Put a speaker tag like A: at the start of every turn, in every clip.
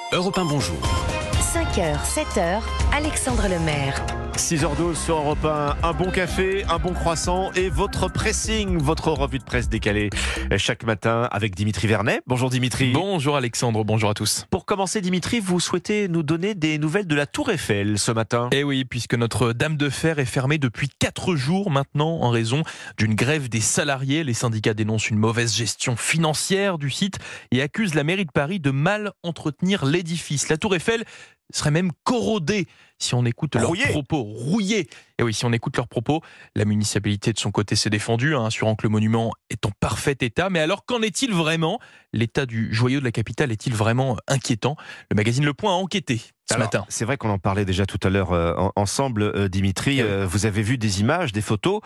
A: Europe 1, bonjour.
B: 5h, 7h, Alexandre Lemaire.
C: 6h12 sur Europe 1, un bon café, un bon croissant et votre pressing, votre revue de presse décalée chaque matin avec Dimitri Vernet. Bonjour Dimitri.
D: Bonjour Alexandre, bonjour à tous.
C: Pour commencer Dimitri, vous souhaitez nous donner des nouvelles de la Tour Eiffel ce matin?
D: Eh oui, puisque notre Dame de Fer est fermée depuis 4 jours maintenant en raison d'une grève des salariés. Les syndicats dénoncent une mauvaise gestion financière du site et accusent la mairie de Paris de mal entretenir l'édifice. La Tour Eiffel serait même corrodée si on écoute leurs propos. Rouillée. Et oui, si on écoute leurs propos, la municipalité de son côté s'est défendue, assurant que le monument est en parfait état. Mais alors, qu'en est-il vraiment? L'état du joyau de la capitale est-il vraiment inquiétant? Le magazine Le Point a enquêté ce matin.
C: C'est vrai qu'on en parlait déjà tout à l'heure ensemble, Dimitri. Vous avez vu des images, des photos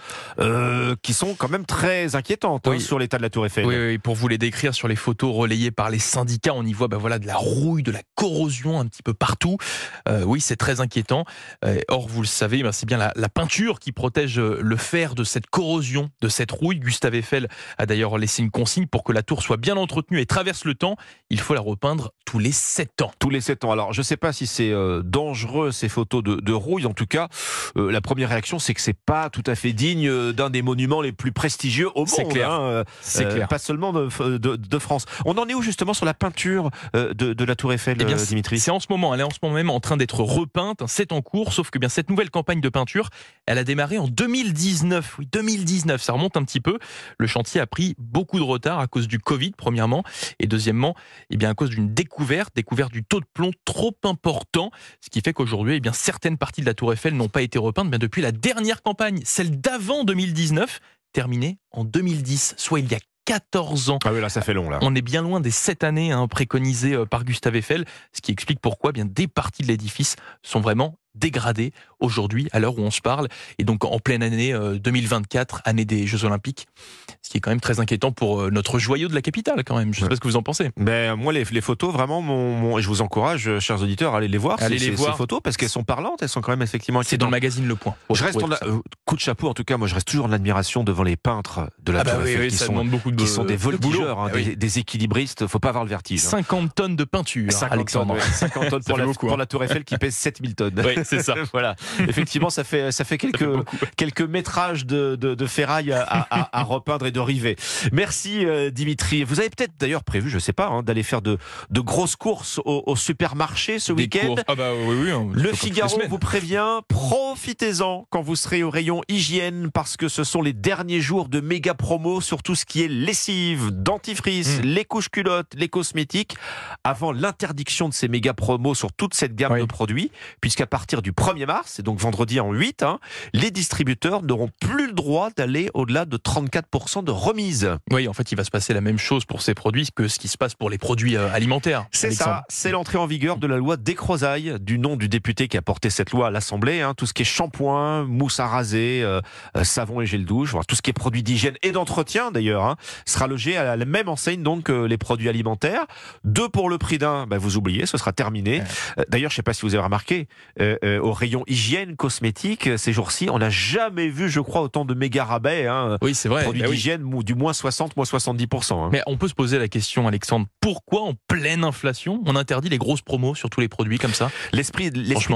C: qui sont quand même très inquiétantes sur l'état de la Tour Eiffel.
D: Oui, pour vous les décrire, sur les photos relayées par les syndicats, on y voit de la rouille, de la corrosion un petit peu partout. Oui, c'est très inquiétant. Or, vous le savez, c'est bien la peinture qui protège le fer de cette corrosion, de cette rouille. Gustave Eiffel a d'ailleurs laissé une consigne pour que la tour soit bien entretenue et traverse le temps. Il faut la repeindre tous les 7 ans.
C: Tous les 7 ans. Alors, je ne sais pas si c'est dangereux ces photos de rouille. En tout cas, la première réaction, c'est que c'est pas tout à fait digne d'un des monuments les plus prestigieux au monde.
D: C'est clair. C'est clair.
C: Pas seulement de France. On en est où justement sur la peinture de la Tour Eiffel, Dimitri?
D: C'est en ce moment. Elle est en ce moment même en train d'être repeinte. C'est en cours. Sauf que cette nouvelle campagne de peinture, elle a démarré en 2019. Oui, 2019. Ça remonte un petit peu. Le chantier a pris beaucoup de retard à cause du Covid, premièrement, et deuxièmement, à cause d'une découverte du taux de plomb trop important. Ce qui fait qu'aujourd'hui, certaines parties de la Tour Eiffel n'ont pas été repeintes depuis la dernière campagne, celle d'avant 2019, terminée en 2010, soit il y a 14 ans.
C: Ah oui, là, ça fait long, là.
D: On est bien loin des 7 années préconisées par Gustave Eiffel, ce qui explique pourquoi des parties de l'édifice sont vraiment dégradées aujourd'hui, à l'heure où on se parle, et donc en pleine année 2024, année des Jeux Olympiques, ce qui est quand même très inquiétant pour notre joyau de la capitale, quand même. Je ne sais pas ce que vous en pensez.
C: Moi, les photos, vraiment, je vous encourage, chers auditeurs, à aller les voir. Ces photos, parce qu'elles sont parlantes, elles sont quand même effectivement inquiétantes.
D: C'est dans le magazine Le Point.
C: Je reste coup de chapeau, en tout cas, moi je reste toujours en admiration devant les peintres de la Tour Eiffel, qui sont des voltigeurs, des équilibristes. Faut pas avoir le vertige.
D: 50 tonnes de peinture, 50
C: tonnes pour la Tour Eiffel qui pèse 7000 tonnes.
D: Oui, c'est ça.
C: Voilà. Effectivement, ça fait quelques métrages de ferraille à repeindre et de river. Merci Dimitri. Vous avez peut-être d'ailleurs prévu, je sais pas, d'aller faire de grosses courses au supermarché ce week-end.
D: Oui,
C: Le Figaro vous prévient, profitez-en quand vous serez au rayon hygiène, parce que ce sont les derniers jours de méga promos sur tout ce qui est lessive, dentifrice, les couches culottes, les cosmétiques, avant l'interdiction de ces méga promos sur toute cette gamme de produits, puisqu'à partir du 1er mars, et donc vendredi en 8, les distributeurs n'auront plus le droit d'aller au-delà de 34% de remise.
D: Oui, en fait, il va se passer la même chose pour ces produits que ce qui se passe pour les produits alimentaires.
C: C'est ça, c'est l'entrée en vigueur de la loi Descrozaille, du nom du député qui a porté cette loi à l'Assemblée. Tout ce qui est shampoing, mousse à raser, savon et gel douche, tout ce qui est produits d'hygiène et d'entretien d'ailleurs, sera logé à la même enseigne donc que les produits alimentaires. 2 pour le prix d'un, vous oubliez, ce sera terminé. D'ailleurs, je ne sais pas si vous avez remarqué, au rayon hygiène, cosmétique, ces jours-ci, on n'a jamais vu, je crois, autant de méga rabais.
D: Oui, c'est vrai.
C: Produits d'hygiène, du moins 60, moins 70%.
D: Mais on peut se poser la question, Alexandre, pourquoi en pleine inflation, on interdit les grosses promos sur tous les produits comme ça?
C: L'esprit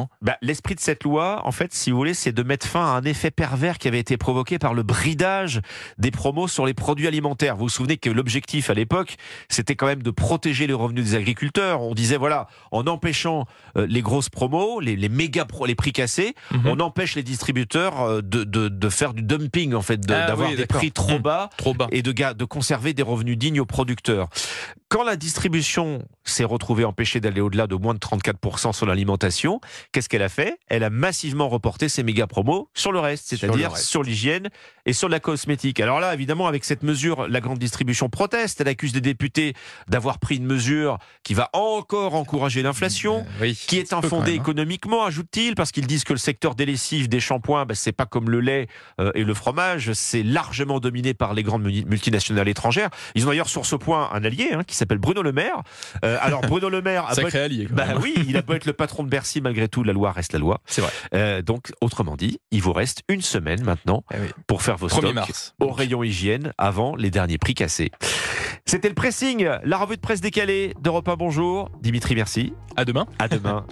C: de cette loi, en fait, si vous voulez, c'est de mettre fin à un effet pervers qui avait été provoqué par le bridage des promos sur les produits alimentaires. Vous vous souvenez que l'objectif à l'époque, c'était quand même de protéger les revenus des agriculteurs. On disait, en empêchant les grosses promos, les méga les prix cassés, on empêche les distributeurs de faire du dumping, en fait, d'avoir des prix trop bas et de conserver des revenus dignes aux producteurs. Quand la distribution s'est retrouvée empêchée d'aller au-delà de moins de 34% sur l'alimentation, qu'est-ce qu'elle a fait? Elle a massivement reporté ses méga promos sur le reste, c'est-à-dire sur l'hygiène et sur la cosmétique. Alors là, évidemment, avec cette mesure, la grande distribution proteste. Elle accuse des députés d'avoir pris une mesure qui va encore encourager l'inflation, qui est infondée économiquement, ajoute-t-il, parce qu'ils disent que le secteur des lessives, des shampoings, c'est pas comme le lait et le fromage, c'est largement dominé par les grandes multinationales étrangères. Ils ont d'ailleurs sur ce point un allié qui s'appelle s'appelle Bruno Le Maire. Alors Bruno Le Maire,
D: Sacré allié, quand même.
C: oui, il a beau être le patron de Bercy, malgré tout, la loi reste la loi.
D: C'est vrai.
C: Donc, autrement dit, il vous reste une semaine maintenant pour faire vos
D: 1er
C: stocks
D: mars.
C: au rayon hygiène avant les derniers prix cassés. C'était le pressing, la revue de presse décalée d'Europe 1. Bonjour. Dimitri, merci.
D: À demain.
C: À demain.